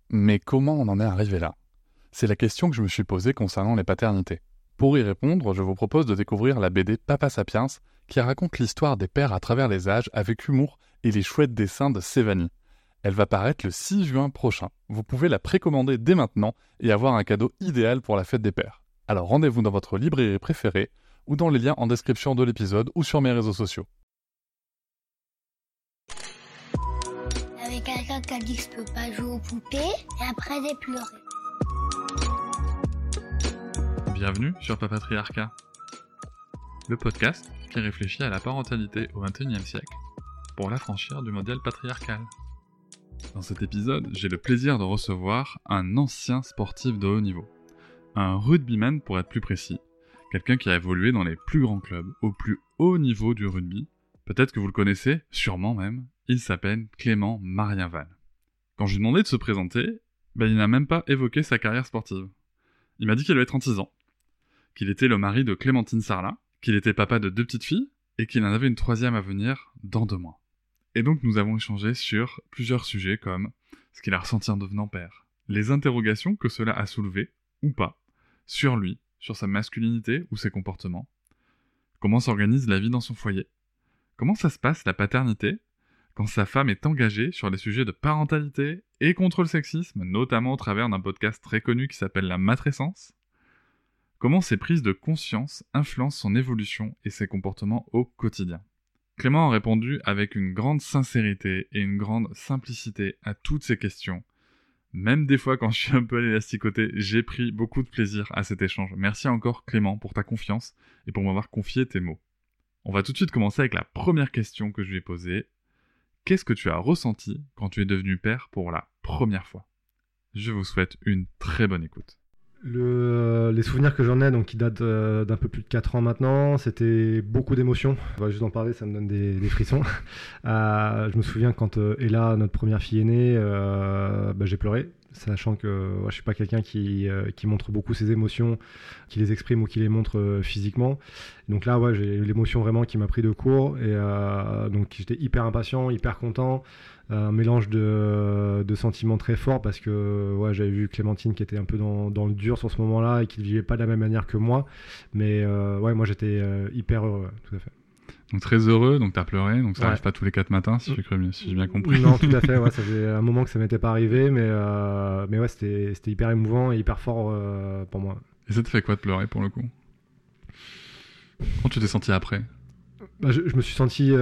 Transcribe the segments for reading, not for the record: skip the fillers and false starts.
Mais comment on en est arrivé là? C'est la question que je me suis posée concernant les paternités. Pour y répondre, je vous propose de découvrir la BD Papa Sapiens, qui raconte l'histoire des pères à travers les âges avec humour et les chouettes dessins de Sévanie. Elle va paraître le 6 juin prochain. Vous pouvez la précommander dès maintenant et avoir un cadeau idéal pour la fête des pères. Alors rendez-vous dans votre librairie préférée ou dans les liens en description de l'épisode ou sur mes réseaux sociaux. Avec quelqu'un qui a dit que je peux pas jouer aux poupées et après j'ai pleuré. Bienvenue sur Papatriarcat, le podcast qui réfléchit à la parentalité au XXIe siècle pour l'affranchir du modèle patriarcal. Dans cet épisode, j'ai le plaisir de recevoir un ancien sportif de haut niveau, un rugbyman pour être plus précis, quelqu'un qui a évolué dans les plus grands clubs, au plus haut niveau du rugby. Peut-être que vous le connaissez, sûrement même, il s'appelle Clément Marienval. Quand je lui ai demandé de se présenter, il n'a même pas évoqué sa carrière sportive. Il m'a dit qu'il avait 36 ans, qu'il était le mari de Clémentine Sarlat, qu'il était papa de 2 petites filles, et qu'il en avait une 3e à venir dans 2 mois. Et donc nous avons échangé sur plusieurs sujets comme ce qu'il a ressenti en devenant père, les interrogations que cela a soulevées, ou pas, sur lui, sur sa masculinité ou ses comportements, comment s'organise la vie dans son foyer, comment ça se passe la paternité, quand sa femme est engagée sur les sujets de parentalité et contre le sexisme, notamment au travers d'un podcast très connu qui s'appelle La Matrescence, comment ces prises de conscience influencent son évolution et ses comportements au quotidien. Clément a répondu avec une grande sincérité et une grande simplicité à toutes ces questions. Même des fois quand je suis un peu à l'élasticoté, j'ai pris beaucoup de plaisir à cet échange. Merci encore Clément pour ta confiance et pour m'avoir confié tes mots. On va tout de suite commencer avec la première question que je lui ai posée. Qu'est-ce que tu as ressenti quand tu es devenu père pour la première fois? Je vous souhaite une très bonne écoute. Les souvenirs que j'en ai, donc qui datent d'un peu plus de 4 ans maintenant, c'était beaucoup d'émotions. On va juste en parler, ça me donne des frissons. Je me souviens quand Ella, notre première fille, est née, j'ai pleuré, sachant que je suis pas quelqu'un qui montre beaucoup ses émotions, qui les exprime ou qui les montre physiquement. Donc là, j'ai eu l'émotion vraiment qui m'a pris de court, et donc j'étais hyper impatient, hyper content. Un mélange de sentiments très forts parce que j'avais vu Clémentine qui était un peu dans le dur sur ce moment-là et qui ne vivait pas de la même manière que moi. Mais moi j'étais hyper heureux, tout à fait. Donc très heureux, donc t'as pleuré, donc ça arrive pas tous les 4 matins si j'ai bien compris. Non, tout à fait, ça faisait un moment que ça m'était pas arrivé, mais c'était hyper émouvant et hyper fort pour moi. Et ça te fait quoi de pleurer pour le coup? Comment tu t'es senti après? Je me suis senti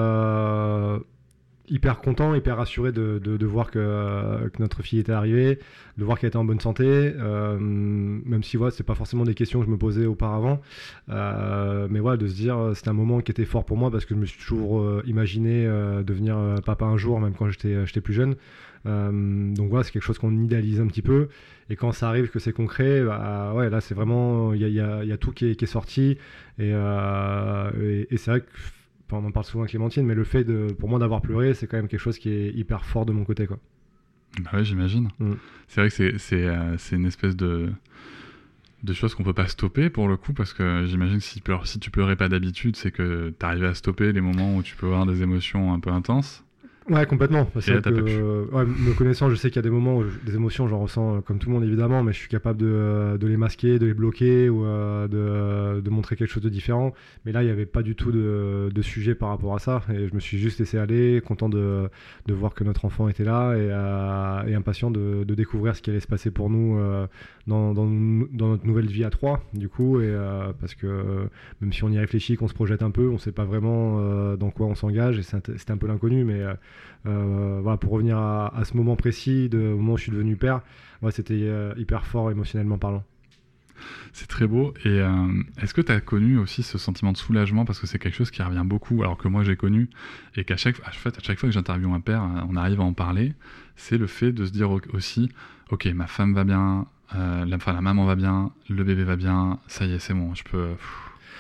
hyper content, hyper rassuré de voir que notre fille était arrivée, de voir qu'elle était en bonne santé, même si c'est pas forcément des questions que je me posais auparavant, mais de se dire c'était un moment qui était fort pour moi parce que je me suis toujours imaginé devenir papa un jour, même quand j'étais plus jeune. Donc c'est quelque chose qu'on idéalise un petit peu, et quand ça arrive que c'est concret, là c'est vraiment il y a tout qui est sorti, et c'est vrai que on en parle souvent à Clémentine, mais le fait pour moi d'avoir pleuré, c'est quand même quelque chose qui est hyper fort de mon côté, quoi. Bah ouais, j'imagine. C'est vrai que c'est une espèce de choses qu'on peut pas stopper pour le coup, parce que j'imagine que si tu pleurais pas d'habitude, c'est que t'arrivais à stopper les moments où tu peux avoir des émotions un peu intenses. Ouais, complètement. Et là, me connaissant, je sais qu'il y a des moments où des émotions, j'en ressens comme tout le monde évidemment, mais je suis capable de les masquer, de les bloquer ou de montrer quelque chose de différent. Mais là, il n'y avait pas du tout de sujet par rapport à ça, et je me suis juste laissé aller, content de voir que notre enfant était là, et impatient de découvrir ce qui allait se passer pour nous dans notre nouvelle vie à 3, du coup, et parce que même si on y réfléchit, qu'on se projette un peu, on ne sait pas vraiment dans quoi on s'engage, et c'était un peu l'inconnu, mais pour revenir à ce moment précis, au moment où je suis devenu père, c'était hyper fort émotionnellement parlant. C'est très beau. Et est-ce que tu as connu aussi ce sentiment de soulagement, parce que c'est quelque chose qui revient beaucoup, alors que moi j'ai connu, et qu'à chaque fois que j'interviewe un père, on arrive à en parler, c'est le fait de se dire aussi, ok, ma femme va bien, la maman va bien, le bébé va bien, ça y est, c'est bon, je peux...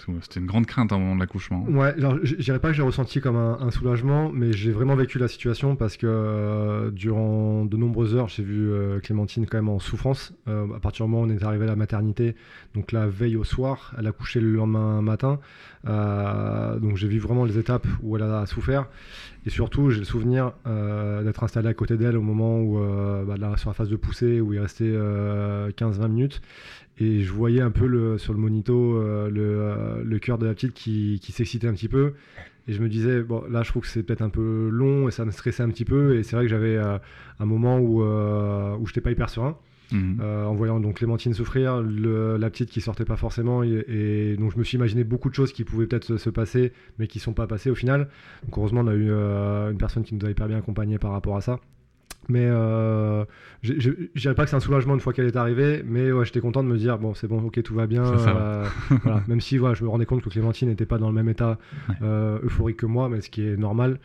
Parce que c'était une grande crainte au moment de l'accouchement. Ouais, alors, je dirais pas que j'ai ressenti comme un soulagement, mais j'ai vraiment vécu la situation parce que durant de nombreuses heures, j'ai vu Clémentine quand même en souffrance. À partir du moment où on est arrivé à la maternité, donc la veille au soir, elle a couché le lendemain matin. Donc j'ai vu vraiment les étapes où elle a souffert. Et surtout, j'ai le souvenir d'être installé à côté d'elle au moment où, là, sur la phase de poussée, où il restait 15-20 minutes. Et je voyais un peu sur le monito le cœur de la petite qui s'excitait un petit peu. Et je me disais, bon, là, je trouve que c'est peut-être un peu long et ça me stressait un petit peu. Et c'est vrai que j'avais un moment où je n'étais pas hyper serein. En voyant donc Clémentine souffrir, la petite qui sortait pas forcément. Et donc, je me suis imaginé beaucoup de choses qui pouvaient peut-être se passer, mais qui ne sont pas passées au final. Donc, heureusement, on a eu une personne qui nous a hyper bien accompagnés par rapport à ça. Mais je dirais pas que c'est un soulagement une fois qu'elle est arrivée, mais ouais, j'étais content de me dire bon, c'est bon, ok, tout va bien. Voilà. Même si voilà, je me rendais compte que Clémentine n'était pas dans le même état euphorique que moi, mais ce qui est normal.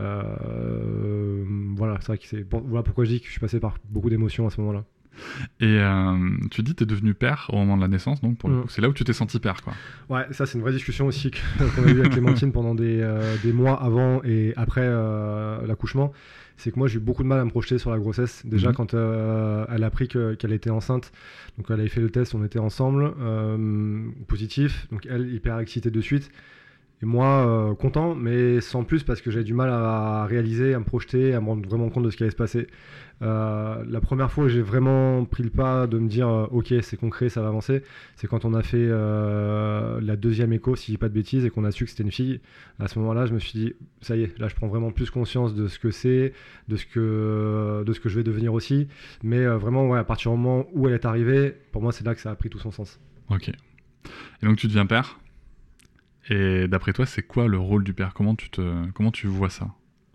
Voilà, c'est vrai que voilà pourquoi je dis que je suis passé par beaucoup d'émotions à ce moment-là. Et tu dis que tu es devenu père au moment de la naissance, donc pour le coup, c'est là où tu t'es senti père, quoi. Ouais, ça c'est une vraie discussion aussi qu'on a eu avec Clémentine pendant des mois avant et après l'accouchement. C'est que moi j'ai eu beaucoup de mal à me projeter sur la grossesse. Déjà quand elle a appris qu'elle était enceinte, donc elle avait fait le test, on était ensemble, positif, donc elle hyper excitée de suite. Et moi, content, mais sans plus parce que j'avais du mal à réaliser, à me projeter, à me rendre vraiment compte de ce qui allait se passer. La première fois où j'ai vraiment pris le pas de me dire ok, c'est concret, ça va avancer, c'est quand on a fait la deuxième écho, si je dis pas de bêtises, et qu'on a su que c'était une fille. À ce moment-là, je me suis dit, ça y est, là je prends vraiment plus conscience de ce que c'est, de ce que je vais devenir aussi. Mais vraiment, ouais, à partir du moment où elle est arrivée, pour moi, c'est là que ça a pris tout son sens. Ok. Et donc tu deviens père. Et d'après toi, c'est quoi le rôle du père ? Comment tu vois ça ?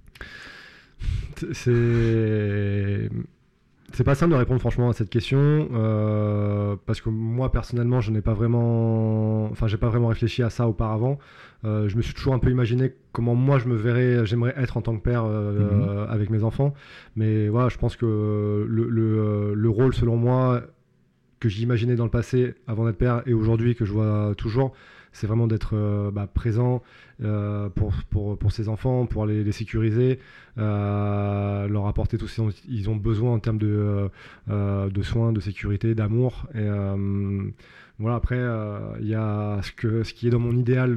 C'est pas simple de répondre franchement à cette question parce que moi personnellement, j'ai pas vraiment réfléchi à ça auparavant. Je me suis toujours un peu imaginé comment moi j'aimerais être en tant que père avec mes enfants. Mais voilà, je pense que le rôle selon moi que j'imaginais dans le passé avant d'être père et aujourd'hui que je vois toujours, c'est vraiment d'être présent pour ses enfants, pour les sécuriser, leur apporter tout ce dont ils ont besoin en termes de soins, de sécurité, d'amour. Et voilà, après, il y a ce qui est dans mon idéal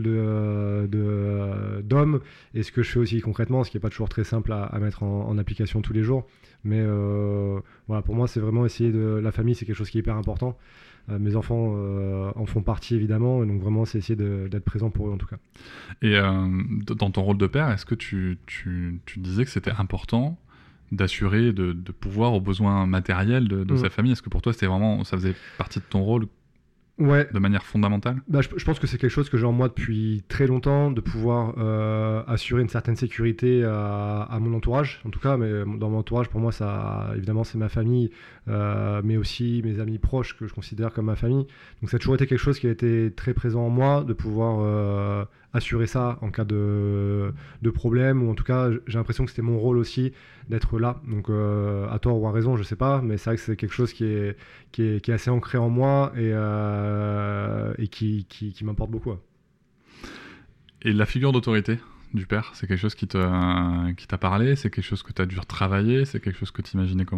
d'homme et ce que je fais aussi concrètement, ce qui n'est pas toujours très simple à mettre en application tous les jours. Mais voilà, pour moi, c'est vraiment essayer la famille, c'est quelque chose qui est hyper important. Mes enfants en font partie évidemment, et donc vraiment c'est essayer d'être présent pour eux en tout cas. Et dans ton rôle de père, est-ce que tu disais que c'était important d'assurer de pouvoir aux besoins matériels de sa famille ? Est-ce que pour toi ça faisait partie de ton rôle ? Ouais. De manière fondamentale ? Je pense que c'est quelque chose que j'ai en moi depuis très longtemps, de pouvoir assurer une certaine sécurité à mon entourage, en tout cas, mais dans mon entourage, pour moi, ça, évidemment, c'est ma famille, mais aussi mes amis proches que je considère comme ma famille. Donc ça a toujours été quelque chose qui a été très présent en moi, de pouvoir assurer ça en cas de problème, ou en tout cas, j'ai l'impression que c'était mon rôle aussi d'être là. Donc à tort ou à raison, je sais pas, mais c'est vrai que c'est quelque chose qui est assez ancré en moi et qui m'importe beaucoup. Et la figure d'autorité du père, c'est quelque chose qui t'a parlé ? C'est quelque chose que tu as dû retravailler ? C'est quelque chose que tu imaginais comment ?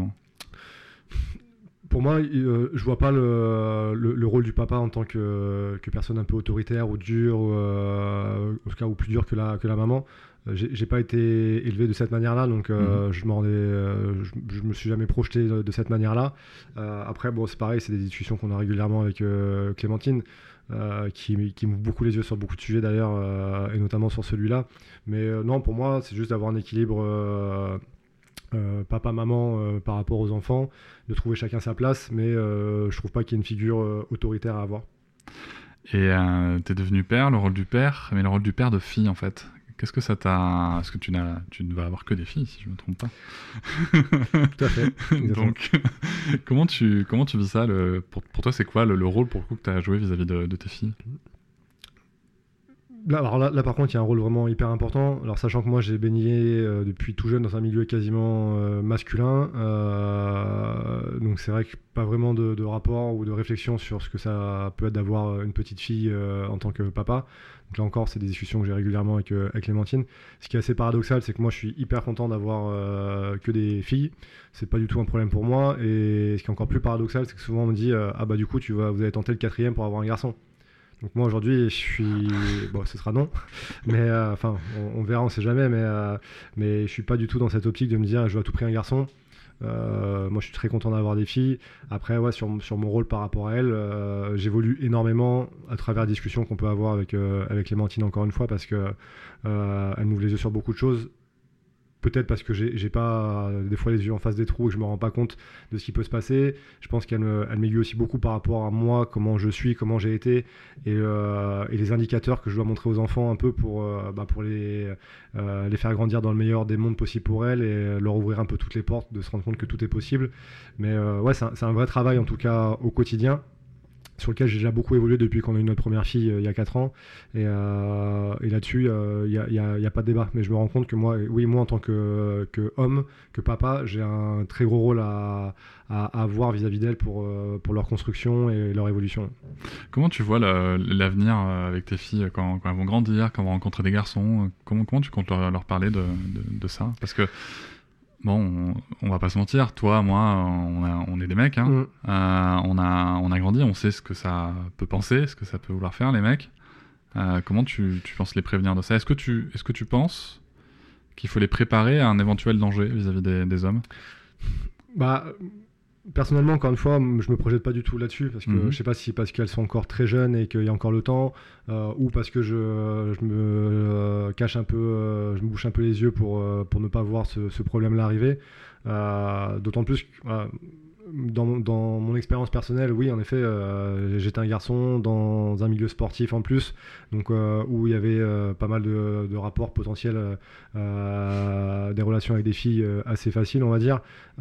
Pour moi, je vois pas le rôle du papa en tant que personne un peu autoritaire ou dure, en tout cas ou plus dur que la maman. J'ai pas été élevé de cette manière-là, donc je me suis jamais projeté de cette manière-là. Après, bon, c'est pareil, c'est des discussions qu'on a régulièrement avec Clémentine, qui m'ouvre beaucoup les yeux sur beaucoup de sujets d'ailleurs, et notamment sur celui-là. Mais non, pour moi, c'est juste d'avoir un équilibre papa-maman par rapport aux enfants, de trouver chacun sa place, mais je trouve pas qu'il y ait une figure autoritaire à avoir. Et t'es devenu père, le rôle du père, mais le rôle du père de fille en fait. Qu'est-ce que ça t'a... Parce que tu ne vas avoir que des filles, si je ne me trompe pas. Tout à fait. Donc, comment tu vis ça pour toi, c'est quoi le rôle pour le coup que tu as joué vis-à-vis de tes filles ? Là, par contre, il y a un rôle vraiment hyper important. Alors, sachant que moi, j'ai baigné depuis tout jeune dans un milieu quasiment masculin, Donc c'est vrai que pas vraiment de rapport ou de réflexion sur ce que ça peut être d'avoir une petite fille en tant que papa. Donc là encore, c'est des discussions que j'ai régulièrement avec Clémentine. Ce qui est assez paradoxal, c'est que moi je suis hyper content d'avoir que des filles. C'est pas du tout un problème pour moi. Et ce qui est encore plus paradoxal, c'est que souvent on me dit ah bah du coup vous allez tenter le 4e pour avoir un garçon. Donc moi aujourd'hui je suis bon, ce sera non, mais enfin on verra, on sait jamais, mais je suis pas du tout dans cette optique de me dire je veux à tout prix un garçon. Moi je suis très content d'avoir des filles. Après ouais, sur mon rôle par rapport à elles, j'évolue énormément à travers les discussions qu'on peut avoir avec Clémentine, encore une fois, parce que elle m'ouvre les yeux sur beaucoup de choses. Peut-être parce que j'ai pas des fois les yeux en face des trous et que je me rends pas compte de ce qui peut se passer. Je pense qu'elle m'aiguille aussi beaucoup par rapport à moi, comment je suis, comment j'ai été, et les indicateurs que je dois montrer aux enfants un peu pour les faire grandir dans le meilleur des mondes possible pour elles et leur ouvrir un peu toutes les portes, de se rendre compte que tout est possible. Mais ouais, c'est un vrai travail en tout cas au quotidien, sur lequel j'ai déjà beaucoup évolué depuis qu'on a eu notre première fille il y a 4 ans. Et là-dessus, il n'y a pas de débat. Mais je me rends compte que moi en tant que homme, que papa, j'ai un très gros rôle à avoir vis-à-vis d'elles pour leur construction et leur évolution. Comment tu vois l'avenir avec tes filles quand elles vont grandir, quand elles vont rencontrer des garçons? Comment tu comptes leur parler de ça? Parce que bon, on va pas se mentir, toi, moi, on est des mecs, hein. On a grandi, on sait ce que ça peut penser, ce que ça peut vouloir faire, les mecs. Comment tu penses les prévenir de ça? Est-ce que tu penses qu'il faut les préparer à un éventuel danger vis-à-vis des hommes? Bah, personnellement, encore une fois, je me projette pas du tout là-dessus, parce que je sais pas si parce qu'elles sont encore très jeunes et qu'il y a encore le temps, ou parce que je me cache un peu, je me bouche un peu les yeux pour ne pas voir ce problème-là arriver. D'autant plus que, dans mon expérience personnelle, oui, en effet, j'étais un garçon dans un milieu sportif en plus, donc où il y avait pas mal de rapports potentiels, des relations avec des filles assez faciles, on va dire.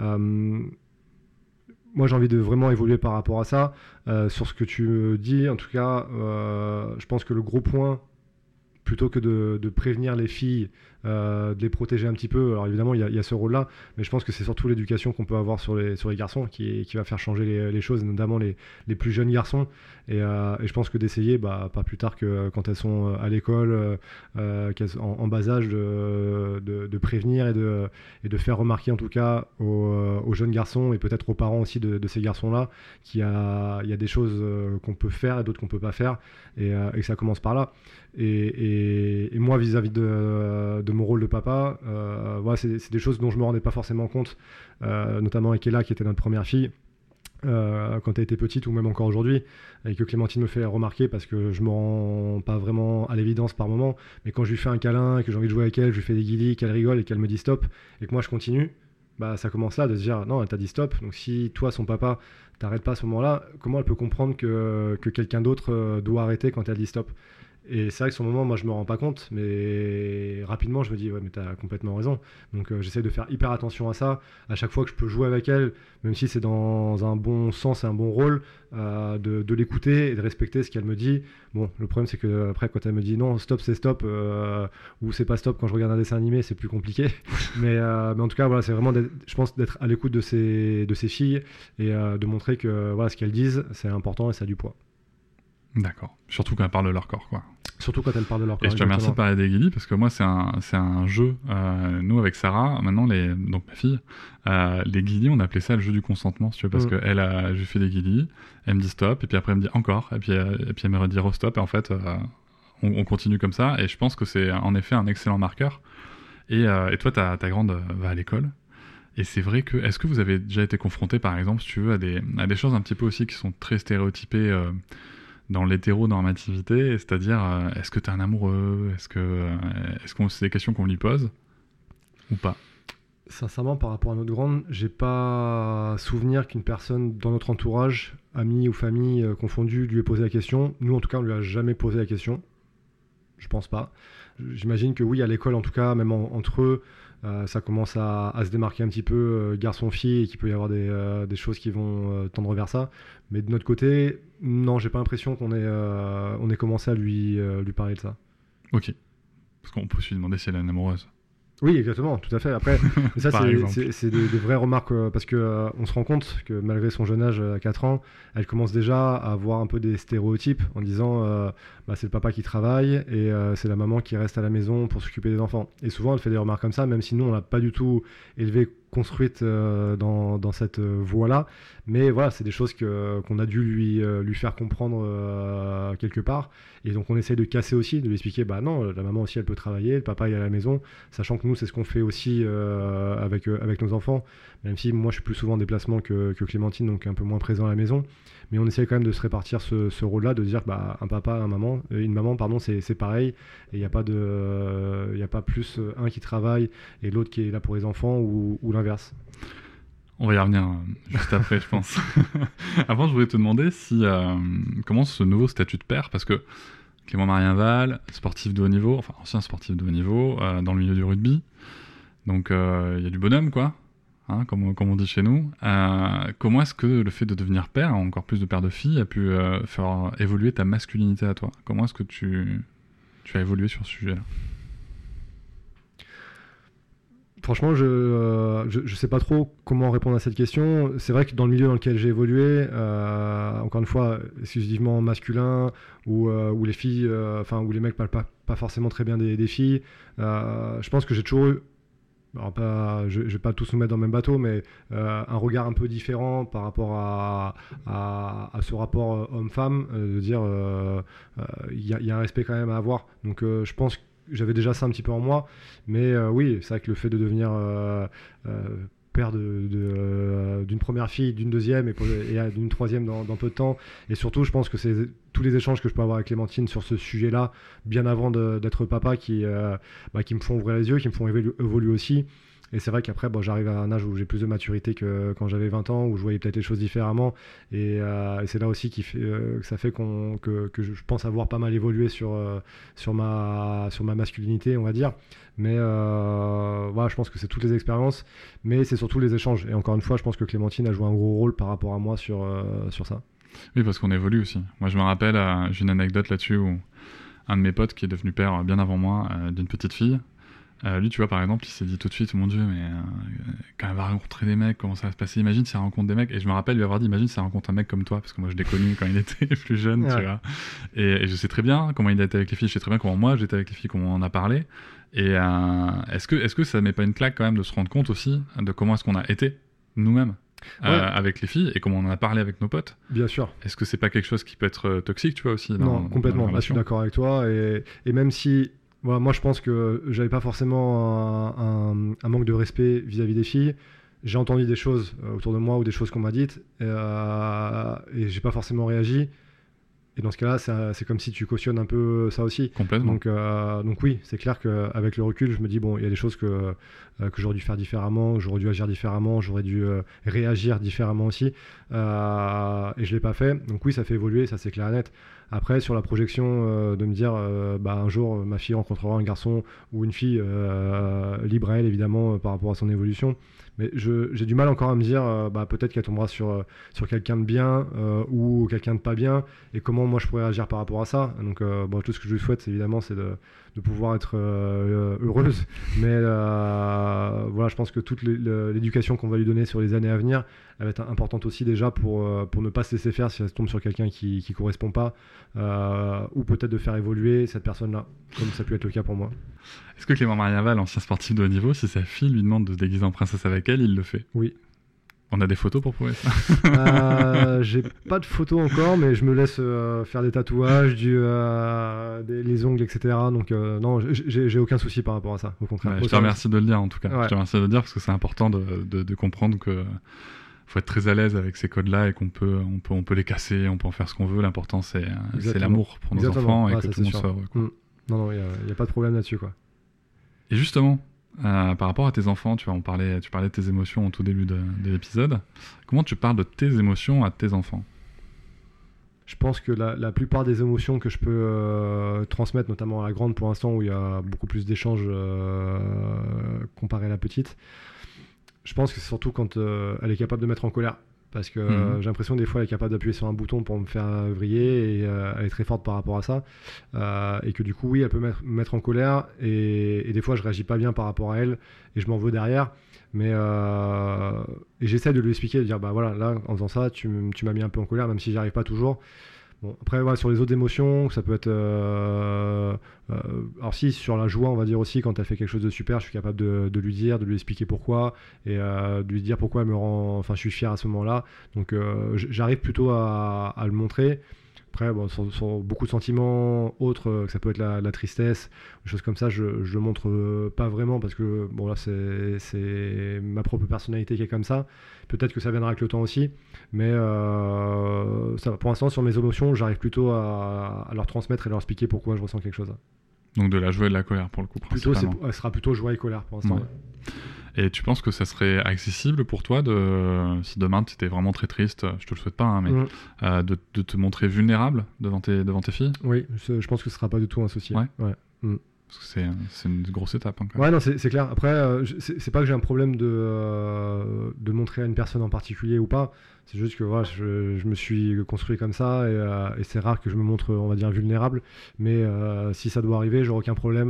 Moi, j'ai envie de vraiment évoluer par rapport à ça. Sur ce que tu me dis, en tout cas, je pense que le gros point, plutôt que de prévenir les filles, de les protéger un petit peu, alors évidemment, il y a ce rôle-là, mais je pense que c'est surtout l'éducation qu'on peut avoir sur les garçons qui va faire changer les choses, notamment les plus jeunes garçons. Et je pense que d'essayer, pas plus tard que quand elles sont à l'école, en bas âge, de prévenir et de faire remarquer en tout cas aux jeunes garçons et peut-être aux parents aussi de ces garçons-là qu'il y a des choses qu'on peut faire et d'autres qu'on peut pas faire, et que ça commence par là. Et moi, vis-à-vis de mon rôle de papa, voilà, c'est des choses dont je me rendais pas forcément compte, notamment avec Ella, qui était notre première fille. Quand elle était petite, ou même encore aujourd'hui, et que Clémentine me fait remarquer, parce que je me rends pas vraiment à l'évidence par moment, mais quand je lui fais un câlin et que j'ai envie de jouer avec elle, je lui fais des guillis, qu'elle rigole et qu'elle me dit stop, et que moi je continue, ça commence là, de se dire non, elle t'a dit stop, donc si toi, son papa, t'arrêtes pas à ce moment-là, comment elle peut comprendre que quelqu'un d'autre doit arrêter quand elle dit stop? Et c'est vrai que sur le moment, moi je me rends pas compte, mais rapidement je me dis ouais, mais t'as complètement raison. Donc j'essaie de faire hyper attention à ça. À chaque fois que je peux jouer avec elle, même si c'est dans un bon sens et un bon rôle, de l'écouter et de respecter ce qu'elle me dit. Bon, le problème c'est que après, quand elle me dit non, stop, c'est stop, ou c'est pas stop quand je regarde un dessin animé, c'est plus compliqué. mais en tout cas, voilà, c'est vraiment, je pense, d'être à l'écoute de ces filles et de montrer que voilà, ce qu'elles disent, c'est important et ça a du poids. D'accord. Surtout quand elles parlent de leur corps, quoi. Surtout quand elles parlent de leur corps. Et je te remercie de parler des guillis, parce que moi, c'est un jeu. Nous, avec Sarah, maintenant, donc ma fille, les guillis, on appelait ça le jeu du consentement, si tu veux, parce que je lui fais des guillis, elle me dit stop, et puis après, elle me dit encore, et puis elle me redit stop, et en fait, on continue comme ça, et je pense que c'est en effet un excellent marqueur. Et toi, ta grande va à l'école. Et c'est vrai que, est-ce que vous avez déjà été confronté, par exemple, si tu veux, à des choses un petit peu aussi qui sont très stéréotypées dans l'hétéronormativité, c'est-à-dire est-ce que t'es un amoureux, est-ce que c'est des questions qu'on lui pose ou pas? Sincèrement, par rapport à notre grande, j'ai pas souvenir qu'une personne dans notre entourage, amis ou famille confondus, lui ait posé la question. Nous, en tout cas, on lui a jamais posé la question. Je pense pas. J'imagine que oui, à l'école, en tout cas, même entre eux, ça commence à se démarquer un petit peu garçon-fille, et qu'il peut y avoir des choses qui vont tendre vers ça. Mais de notre côté, non, j'ai pas l'impression qu'on ait commencé à lui parler de ça. Ok. Parce qu'on peut se demander si elle est une amoureuse. Oui, exactement, tout à fait. Après, ça, Par exemple. c'est des vraies remarques parce que on se rend compte que malgré son jeune âge, à 4 ans, elle commence déjà à avoir un peu des stéréotypes en disant bah, c'est le papa qui travaille et c'est la maman qui reste à la maison pour s'occuper des enfants. Et souvent, elle fait des remarques comme ça, même si nous, on l'a pas du tout élevé, construite dans cette voie-là. Mais voilà, c'est des choses qu'on a dû lui faire comprendre quelque part. Et donc, on essaie de casser aussi, de lui expliquer bah non, la maman aussi, elle peut travailler, le papa, il est à la maison, sachant que nous, c'est ce qu'on fait aussi avec nos enfants, même si moi, je suis plus souvent en déplacement que Clémentine, donc un peu moins présent à la maison. Mais on essaie quand même de se répartir ce rôle-là, de dire que bah, un papa, une maman, pardon, c'est pareil. Et il n'y a pas plus un qui travaille et l'autre qui est là pour les enfants ou l'inverse. On va y revenir juste après, je pense. Avant, je voulais te demander comment ce nouveau statut de père, parce que Clément Marienval, sportif de haut niveau, enfin ancien sportif de haut niveau, dans le milieu du rugby, donc il y a du bonhomme, quoi, hein, comme on dit chez nous. Comment est-ce que le fait de devenir père, encore plus de père de fille, a pu faire évoluer ta masculinité à toi? Comment est-ce que tu as évolué sur ce sujet-là? Franchement, je sais pas trop comment répondre à cette question. C'est vrai que dans le milieu dans lequel j'ai évolué, encore une fois, exclusivement masculin, où les filles, où les mecs parlent pas forcément très bien des filles, je pense que j'ai toujours eu, alors je vais pas tous nous mettre dans le même bateau, mais un regard un peu différent par rapport à ce rapport homme-femme, de dire il y a un respect quand même à avoir. Donc je pense que j'avais déjà ça un petit peu en moi, mais oui, c'est vrai que le fait de devenir père d'une première fille, d'une deuxième et d'une troisième dans peu de temps, et surtout je pense que c'est tous les échanges que je peux avoir avec Clémentine sur ce sujet-là, bien avant d'être papa, qui me font ouvrir les yeux, qui me font évoluer aussi. Et c'est vrai qu'après, j'arrive à un âge où j'ai plus de maturité que quand j'avais 20 ans, où je voyais peut-être les choses différemment. Et c'est là aussi que ça fait que je pense avoir pas mal évolué sur ma masculinité, on va dire. Mais voilà, je pense que c'est toutes les expériences, mais c'est surtout les échanges. Et encore une fois, je pense que Clémentine a joué un gros rôle par rapport à moi sur ça. Oui, parce qu'on évolue aussi. Moi, je me rappelle, j'ai une anecdote là-dessus où un de mes potes qui est devenu père bien avant moi, d'une petite fille, lui, tu vois, par exemple, il s'est dit tout de suite, mon Dieu, mais quand elle va rencontrer des mecs, comment ça va se passer? Imagine si elle rencontre des mecs. Et je me rappelle lui avoir dit, imagine si elle rencontre un mec comme toi, parce que moi, je l'ai connu quand il était plus jeune, tu vois. Et je sais très bien comment il était avec les filles, je sais très bien comment moi j'étais avec les filles, comment on en a parlé. Et est-ce que ça met pas une claque quand même de se rendre compte aussi de comment est-ce qu'on a été nous-mêmes avec les filles et comment on en a parlé avec nos potes? Bien sûr. Est-ce que c'est pas quelque chose qui peut être toxique, tu vois, aussi Non, complètement. Là, je suis d'accord avec toi. Et même si... Voilà, moi, je pense que j'avais pas forcément un manque de respect vis-à-vis des filles. J'ai entendu des choses autour de moi ou des choses qu'on m'a dites et j'ai pas forcément réagi. Et dans ce cas-là, c'est comme si tu cautionnes un peu ça aussi. Complètement. Donc oui, c'est clair qu'avec le recul, je me dis, bon, il y a des choses que j'aurais dû faire différemment, j'aurais dû agir différemment, j'aurais dû réagir différemment aussi. Et je l'ai pas fait. Donc oui, ça fait évoluer, ça c'est clair et net. Après, sur la projection de me dire, un jour, ma fille rencontrera un garçon ou une fille libre à elle, évidemment, par rapport à son évolution. Mais j'ai du mal encore à me dire, peut-être qu'elle tombera sur quelqu'un de bien ou quelqu'un de pas bien, et comment moi je pourrais agir par rapport à ça. Donc tout ce que je lui souhaite, évidemment, c'est de pouvoir être heureuse. Mais voilà, je pense que toute l'éducation qu'on va lui donner sur les années à venir, elle va être importante aussi déjà pour ne pas se laisser faire si elle tombe sur quelqu'un qui correspond pas, ou peut-être de faire évoluer cette personne-là, comme ça a pu être le cas pour moi. Est-ce que Clément Marienval, ancien sportif de haut niveau, si sa fille lui demande de se déguiser en princesse avec elle, il le fait? Oui. On a des photos pour prouver ça? J'ai pas de photos encore, mais je me laisse faire des tatouages, les ongles, etc. Donc non, j'ai aucun souci par rapport à ça, au contraire. Ouais, je te remercie de le dire en tout cas. Ouais. Je te remercie de le dire parce que c'est important de comprendre que faut être très à l'aise avec ces codes-là et qu'on peut les casser, on peut en faire ce qu'on veut. L'important c'est l'amour pour nos enfants et que tout le monde soit heureux. Quoi. Non, il n'y a pas de problème là-dessus, quoi. Et justement, par rapport à tes enfants, tu parlais de tes émotions au tout début de l'épisode. Comment tu parles de tes émotions à tes enfants? Je pense que la plupart des émotions que je peux transmettre, notamment à la grande pour l'instant, où il y a beaucoup plus d'échanges comparé à la petite, je pense que c'est surtout quand elle est capable de mettre en colère. parce que j'ai l'impression que des fois elle est capable d'appuyer sur un bouton pour me faire vriller et elle est très forte par rapport à ça, et que du coup oui elle peut me mettre en colère et des fois je réagis pas bien par rapport à elle et je m'en veux derrière, mais et j'essaie de lui expliquer, de dire bah voilà, là en faisant ça tu m'as mis un peu en colère, même si j'y arrive pas toujours. Bon, après, voilà, sur les autres émotions, ça peut être... alors si, sur la joie, on va dire aussi, quand elle fait quelque chose de super, je suis capable de lui dire, de lui expliquer pourquoi, et de lui dire pourquoi elle me rend... Enfin, je suis fier à ce moment-là. Donc, j'arrive plutôt à le montrer. Après, bon, sur beaucoup de sentiments autres, que ça peut être la tristesse, des choses comme ça, je le montre pas vraiment, parce que, bon, là, c'est ma propre personnalité qui est comme ça. Peut-être que ça viendra avec le temps aussi, mais ça, pour l'instant, sur mes émotions, j'arrive plutôt à leur transmettre et leur expliquer pourquoi je ressens quelque chose. Donc de la joie et de la colère, pour le coup, principalement. Elle sera plutôt joie et colère, pour l'instant. Ouais. Et tu penses que ça serait accessible pour toi, si demain tu étais vraiment très triste, je te le souhaite pas, hein, mais de te montrer vulnérable devant tes filles? Oui, je pense que ce sera pas du tout un souci. Ouais. Mm. Parce que c'est une grosse étape. Hein, ouais, non, c'est clair. Après, c'est pas que j'ai un problème de montrer à une personne en particulier ou pas. C'est juste que voilà, je me suis construit comme ça et c'est rare que je me montre, on va dire, vulnérable. Mais si ça doit arriver, j'aurai aucun problème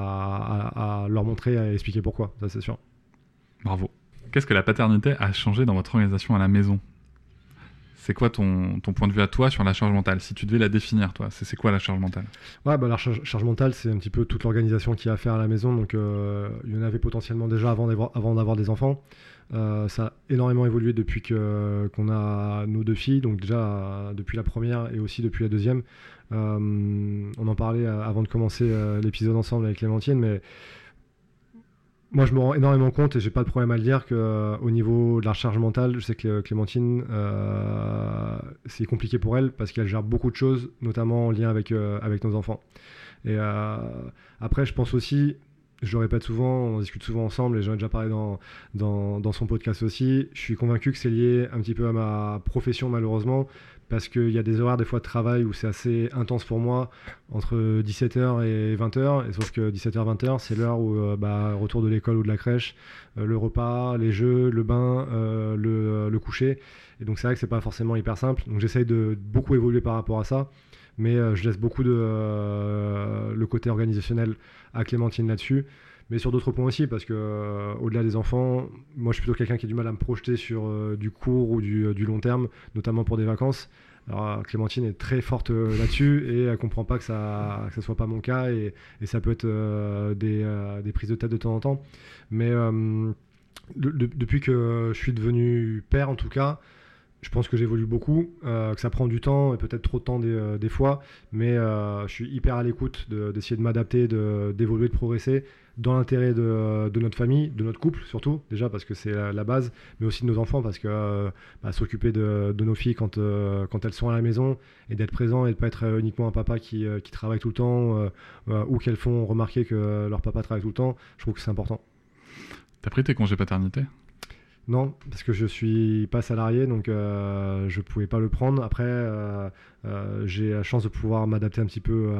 à leur montrer et à expliquer pourquoi. Ça, c'est sûr. Bravo. Qu'est-ce que la paternité a changé dans votre organisation à la maison? C'est quoi ton point de vue à toi sur la charge mentale? Si tu devais la définir, toi, c'est quoi la charge mentale? Ouais, bah, la charge mentale, c'est un petit peu toute l'organisation qu'il y a à faire à la maison. Donc, il y en avait potentiellement déjà avant d'avoir des enfants. Ça a énormément évolué depuis qu'on a nos 2 filles. Donc, déjà, depuis la première et aussi depuis la deuxième. On en parlait avant de commencer l'épisode ensemble avec Clémentine, mais moi, je me rends énormément compte, et j'ai pas de problème à le dire, qu'au niveau de la charge mentale, je sais que Clémentine, c'est compliqué pour elle parce qu'elle gère beaucoup de choses, notamment en lien avec nos enfants. Et après, je pense aussi, je le répète souvent, on discute souvent ensemble, et j'en ai déjà parlé dans son podcast aussi, je suis convaincu que c'est lié un petit peu à ma profession, malheureusement, parce qu'il y a des horaires des fois de travail où c'est assez intense pour moi, entre 17h et 20h, et sauf que 17h-20h, c'est l'heure où retour de l'école ou de la crèche, le repas, les jeux, le bain, le coucher, et donc c'est vrai que c'est pas forcément hyper simple, donc j'essaye de beaucoup évoluer par rapport à ça, mais je laisse beaucoup le côté organisationnel à Clémentine là-dessus. Mais sur d'autres points aussi, parce que au-delà des enfants, moi je suis plutôt quelqu'un qui a du mal à me projeter sur du court ou du long terme, notamment pour des vacances. Alors Clémentine est très forte là-dessus et elle comprend pas que ça soit pas mon cas, et ça peut être des prises de tête de temps en temps. Mais depuis que je suis devenu père, en tout cas, je pense que j'évolue beaucoup, que ça prend du temps et peut-être trop de temps des fois, mais je suis hyper à l'écoute d'essayer de m'adapter, d'évoluer, de progresser dans l'intérêt de notre famille, de notre couple surtout, déjà parce que c'est la base, mais aussi de nos enfants, parce que s'occuper de nos filles quand elles sont à la maison et d'être présent et de ne pas être uniquement un papa qui travaille tout le temps ou qu'elles font remarquer que leur papa travaille tout le temps, je trouve que c'est important. T'as pris tes congés paternité? Non, parce que je suis pas salarié, donc je pouvais pas le prendre. Après, j'ai la chance de pouvoir m'adapter un petit peu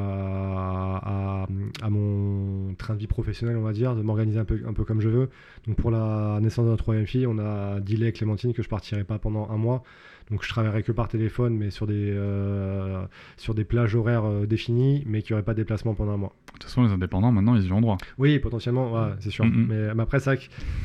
à mon train de vie professionnel, on va dire, de m'organiser un peu comme je veux. Donc pour la naissance de notre 3e fille, on a dealé avec Clémentine que je partirais pas pendant 1 mois. Donc je travaillerai que par téléphone, mais sur des plages horaires définies, mais qu'il n'y aurait pas de déplacement pendant 1 mois. De toute façon, les indépendants, maintenant, ils y ont droit. Oui, potentiellement, ouais, c'est sûr. Mais après, c'est vrai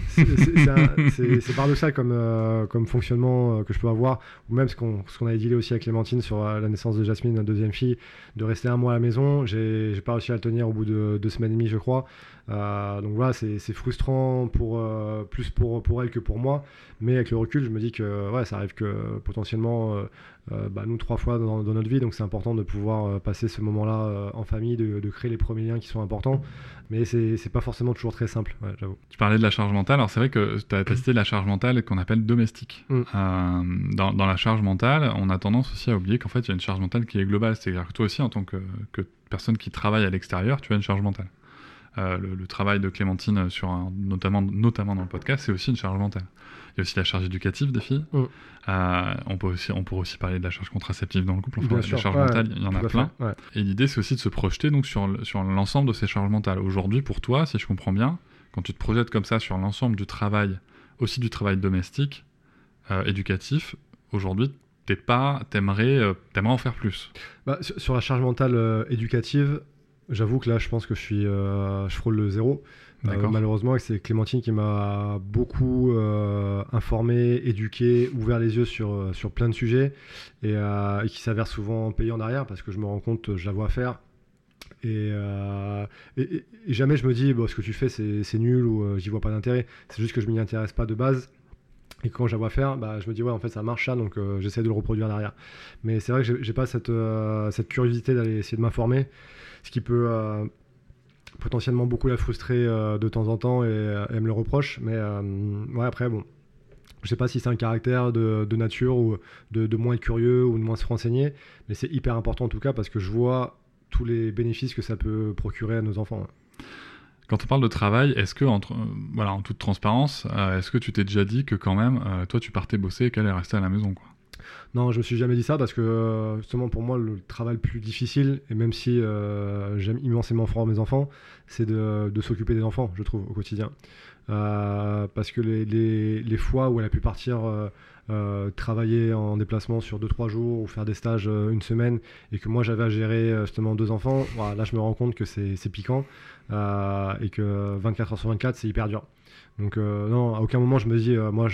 que c'est paradoxal comme fonctionnement que je peux avoir, ou même ce qu'on avait dealé aussi avec Clémentine sur la naissance de Jasmine, notre 2e fille, de rester 1 mois à la maison. J'ai pas réussi à le tenir au bout de 2 semaines et demie, je crois. Donc voilà, c'est frustrant plus pour elle que pour moi, mais avec le recul, je me dis que ouais, ça arrive que potentiellement nous 3 fois dans notre vie, donc c'est important de pouvoir passer ce moment-là en famille, de créer les premiers liens qui sont importants, mais c'est pas forcément toujours très simple, ouais, j'avoue. Tu parlais de la charge mentale, alors c'est vrai que tu as cité la charge mentale qu'on appelle domestique. Dans la charge mentale, on a tendance aussi à oublier qu'en fait il y a une charge mentale qui est globale, c'est-à-dire que toi aussi en tant que personne qui travaille à l'extérieur, tu as une charge mentale. Le travail de Clémentine notamment dans le podcast, c'est aussi une charge mentale. Il y a aussi la charge éducative des filles. On pourrait aussi parler de la charge contraceptive dans le couple. Enfin, la charge mentale, il y en a plein. Ouais. Et l'idée, c'est aussi de se projeter donc, sur l'ensemble de ces charges mentales. Aujourd'hui, pour toi, si je comprends bien, quand tu te projettes comme ça sur l'ensemble du travail, aussi du travail domestique, éducatif, aujourd'hui, t'aimerais en faire plus. Sur la charge mentale éducative, j'avoue que là, je pense que je frôle le zéro. Malheureusement, c'est Clémentine qui m'a beaucoup informé, éduqué, ouvert les yeux sur plein de sujets et qui s'avère souvent payant derrière parce que je me rends compte, je la vois faire. Et jamais je me dis ce que tu fais c'est nul ou j'y vois pas d'intérêt. C'est juste que je m'y intéresse pas de base. Et quand je la vois faire, je me dis ouais en fait ça marche ça, donc j'essaie de le reproduire derrière. Mais c'est vrai que j'ai pas cette curiosité d'aller essayer de m'informer, ce qui peut potentiellement beaucoup la frustrer de temps en temps et elle me le reproche. Mais ouais après bon, je sais pas si c'est un caractère de nature ou de moins être curieux ou de moins se renseigner, mais c'est hyper important en tout cas parce que je vois tous les bénéfices que ça peut procurer à nos enfants. Quand on parle de travail, est-ce que, en toute transparence, est-ce que tu t'es déjà dit que quand même, toi tu partais bosser et qu'elle est restée à la maison, quoi? Non, je me suis jamais dit ça parce que justement pour moi le travail le plus difficile, et même si j'aime immensément former mes enfants, c'est de s'occuper des enfants, je trouve, au quotidien. Parce que les fois où elle a pu partir travailler en déplacement sur 2-3 jours ou faire des stages une semaine et que moi j'avais à gérer justement 2 enfants, là je me rends compte que c'est piquant et que 24 heures sur 24 c'est hyper dur. Donc non, à aucun moment je me dis moi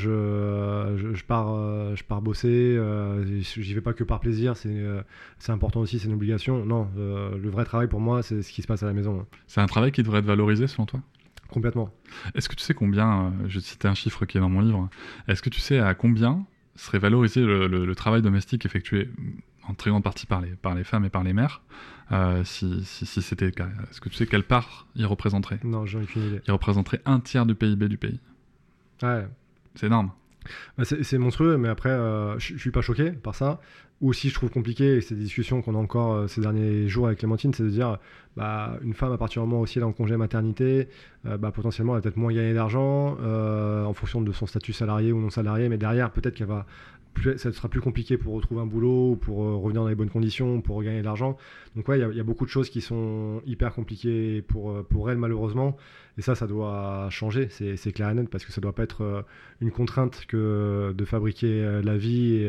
je pars bosser, j'y vais pas que par plaisir, c'est important aussi, c'est une obligation. Non, le vrai travail pour moi c'est ce qui se passe à la maison. C'est un travail qui devrait être valorisé selon toi? Complètement. Est-ce que tu sais combien, je vais te citer un chiffre qui est dans mon livre, est-ce que tu sais à combien serait valorisé le travail domestique effectué en très grande partie par les femmes et par les mères, si c'était le cas? Est-ce que tu sais quelle part il représenterait? Non, j'en ai aucune idée. Il représenterait 1/3 du PIB du pays. Ouais. C'est énorme. C'est monstrueux, mais après, je suis pas choqué par ça. Ou aussi, je trouve compliqué, et c'est des discussions qu'on a encore ces derniers jours avec Clémentine, c'est de dire, une femme, à partir du moment aussi elle est en congé maternité, potentiellement, elle va peut-être moins gagner d'argent, en fonction de son statut salarié ou non salarié, mais derrière, peut-être ça sera plus compliqué pour retrouver un boulot, pour revenir dans les bonnes conditions, pour regagner de l'argent. Donc ouais, il y a beaucoup de choses qui sont hyper compliquées pour elle, malheureusement. Et ça doit changer, c'est clair et net, parce que ça doit pas être une contrainte que de fabriquer la vie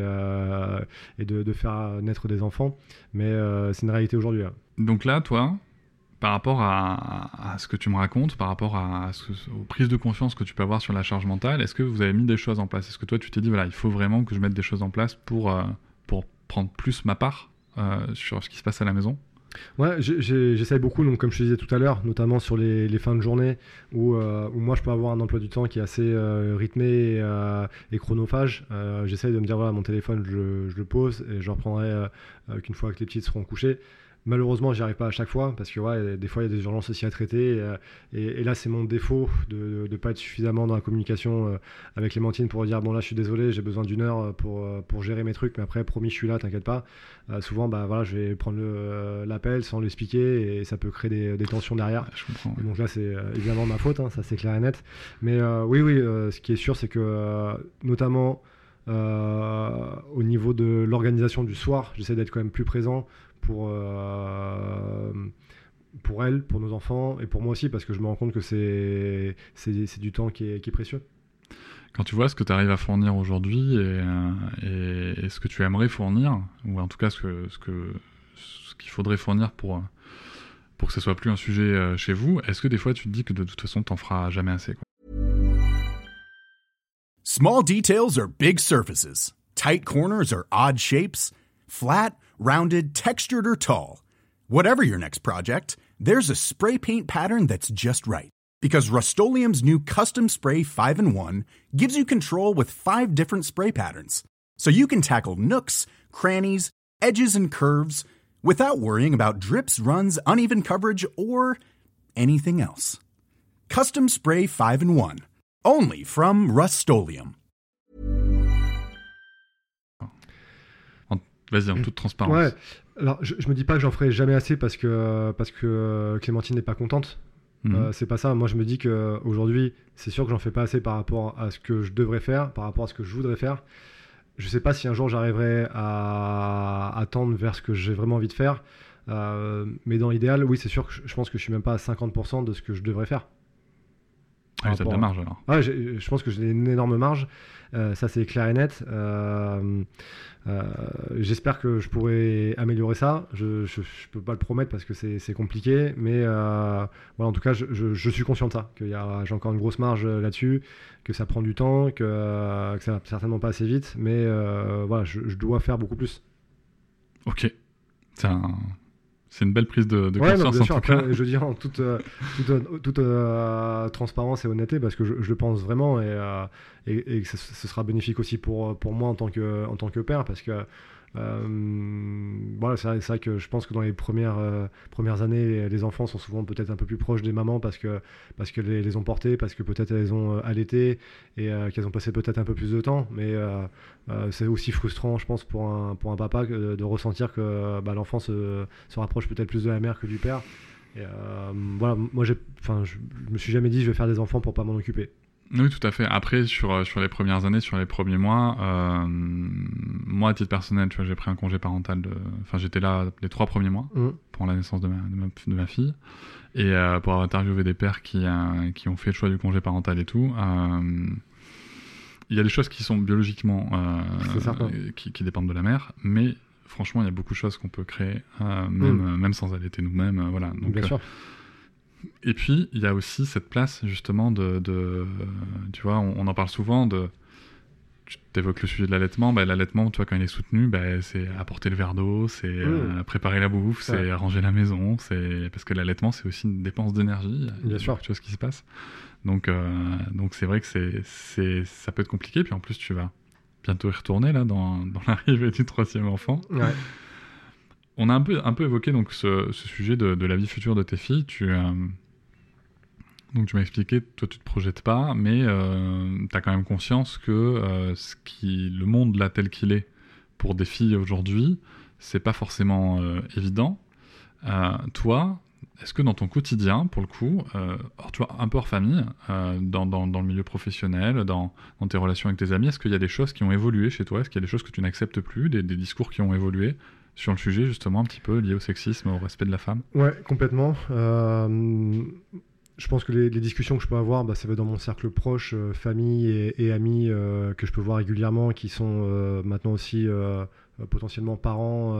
et de faire naître des enfants. Mais c'est une réalité aujourd'hui. Donc là, toi, par rapport à ce que tu me racontes, par rapport aux prises de conscience que tu peux avoir sur la charge mentale, est-ce que vous avez mis des choses en place? Est-ce que toi, tu t'es dit, voilà, il faut vraiment que je mette des choses en place pour prendre plus ma part sur ce qui se passe à la maison? Ouais, j'essaye beaucoup, donc comme je te disais tout à l'heure, notamment sur les fins de journée où moi je peux avoir un emploi du temps qui est assez rythmé et chronophage. J'essaye de me dire, voilà, mon téléphone, je le pose et je reprendrai qu'une fois que les petites seront couchées. Malheureusement, j'y arrive pas à chaque fois parce que des fois il y a des urgences aussi à traiter et là c'est mon défaut de pas être suffisamment dans la communication avec Clémentine pour dire bon là je suis désolé, j'ai besoin d'une heure pour gérer mes trucs, mais après promis je suis là, t'inquiète pas. Souvent je vais prendre l'appel sans l'expliquer et ça peut créer des tensions derrière. Je comprends. Ouais. Donc là c'est évidemment ma faute, ça c'est clair et net. Mais oui, ce qui est sûr c'est que notamment au niveau de l'organisation du soir, j'essaie d'être quand même plus présent pour elle, pour nos enfants et pour moi aussi, parce que je me rends compte que c'est du temps qui est précieux. Quand tu vois ce que tu arrives à fournir aujourd'hui et ce que tu aimerais fournir, ou en tout cas ce qu'il faudrait fournir pour que ce soit plus un sujet chez vous, est-ce que des fois tu te dis que de toute façon t'en feras jamais assez, quoi? Small details are big surfaces. Tight corners are odd shapes. Flat, rounded, textured, or tall. Whatever your next project, there's a spray paint pattern that's just right. Because Rust-Oleum's new Custom Spray 5-in-1 gives you control with 5 different spray patterns. So you can tackle nooks, crannies, edges, and curves without worrying about drips, runs, uneven coverage, or anything else. Custom Spray 5-in-1. Only from Rust-Oleum. Vas-y, en toute transparence. Ouais, alors je me dis pas que j'en ferai jamais assez parce que Clémentine n'est pas contente. C'est pas ça. Moi, je me dis qu'aujourd'hui, c'est sûr que j'en fais pas assez par rapport à ce que je devrais faire, par rapport à ce que je voudrais faire. Je sais pas si un jour j'arriverai à tendre vers ce que j'ai vraiment envie de faire. Mais dans l'idéal, oui, c'est sûr que je pense que je suis même pas à 50% de ce que je devrais faire. Ah, t'as de la marge alors. Ah, je pense que j'ai une énorme marge. Ça, c'est clair et net. J'espère que je pourrai améliorer ça. Je peux pas le promettre parce que c'est compliqué, mais voilà, en tout cas, je suis conscient de ça, j'ai encore une grosse marge là-dessus, que ça prend du temps, que ça va certainement pas assez vite, mais voilà, je dois faire beaucoup plus. Ok. C'est une belle prise de Ouais, conscience, non, bien en sûr, tout cas. après, je dirais en toute transparence et honnêteté, parce que je le pense vraiment, et que ce sera bénéfique aussi pour moi en tant que père, parce que voilà, c'est vrai que je pense que dans les premières années, les enfants sont souvent peut-être un peu plus proches des mamans parce que les ont portées, parce que peut-être elles ont allaité et qu'elles ont passé peut-être un peu plus de temps, mais c'est aussi frustrant, je pense, pour un papa de ressentir que l'enfant se rapproche peut-être plus de la mère que du père. Et voilà, moi je me suis jamais dit je vais faire des enfants pour pas m'en occuper. Oui, tout à fait. Après, sur les premières années, sur les premiers mois, moi, à titre personnel, tu vois, j'ai pris un congé parental Enfin, j'étais là les 3 premiers mois pour la naissance de ma fille. Et pour avoir interviewé des pères qui ont fait le choix du congé parental et tout, il y a des choses qui sont biologiquement qui dépendent de la mère, mais franchement, il y a beaucoup de choses qu'on peut créer, même sans allaiter nous-mêmes. Voilà. Donc, bien sûr. Et puis, il y a aussi cette place, justement, tu vois, on en parle souvent, tu évoques le sujet de l'allaitement. L'allaitement, tu vois, quand il est soutenu, c'est apporter le verre d'eau, c'est préparer la bouffe, c'est arranger la maison, parce que l'allaitement, c'est aussi une dépense d'énergie. Bien sûr. Quelque chose qui se passe. Donc c'est vrai que ça peut être compliqué. Puis en plus, tu vas bientôt y retourner, là, dans l'arrivée du 3e enfant. Ouais. On a un peu évoqué donc ce sujet de la vie future de tes filles. Donc tu m'as expliqué, toi tu te projettes pas, mais tu as quand même conscience que le monde là tel qu'il est pour des filles aujourd'hui, c'est pas forcément évident. Toi, est-ce que dans ton quotidien, pour le coup, tu vois, un peu hors famille, dans le milieu professionnel, dans tes relations avec tes amis, est-ce qu'il y a des choses qui ont évolué chez toi? Est-ce qu'il y a des choses que tu n'acceptes plus, des discours qui ont évolué sur le sujet, justement, un petit peu lié au sexisme, au respect de la femme? Ouais, complètement. Je pense que les discussions que je peux avoir, ça va dans mon cercle proche, famille et amis que je peux voir régulièrement, qui sont maintenant aussi potentiellement parents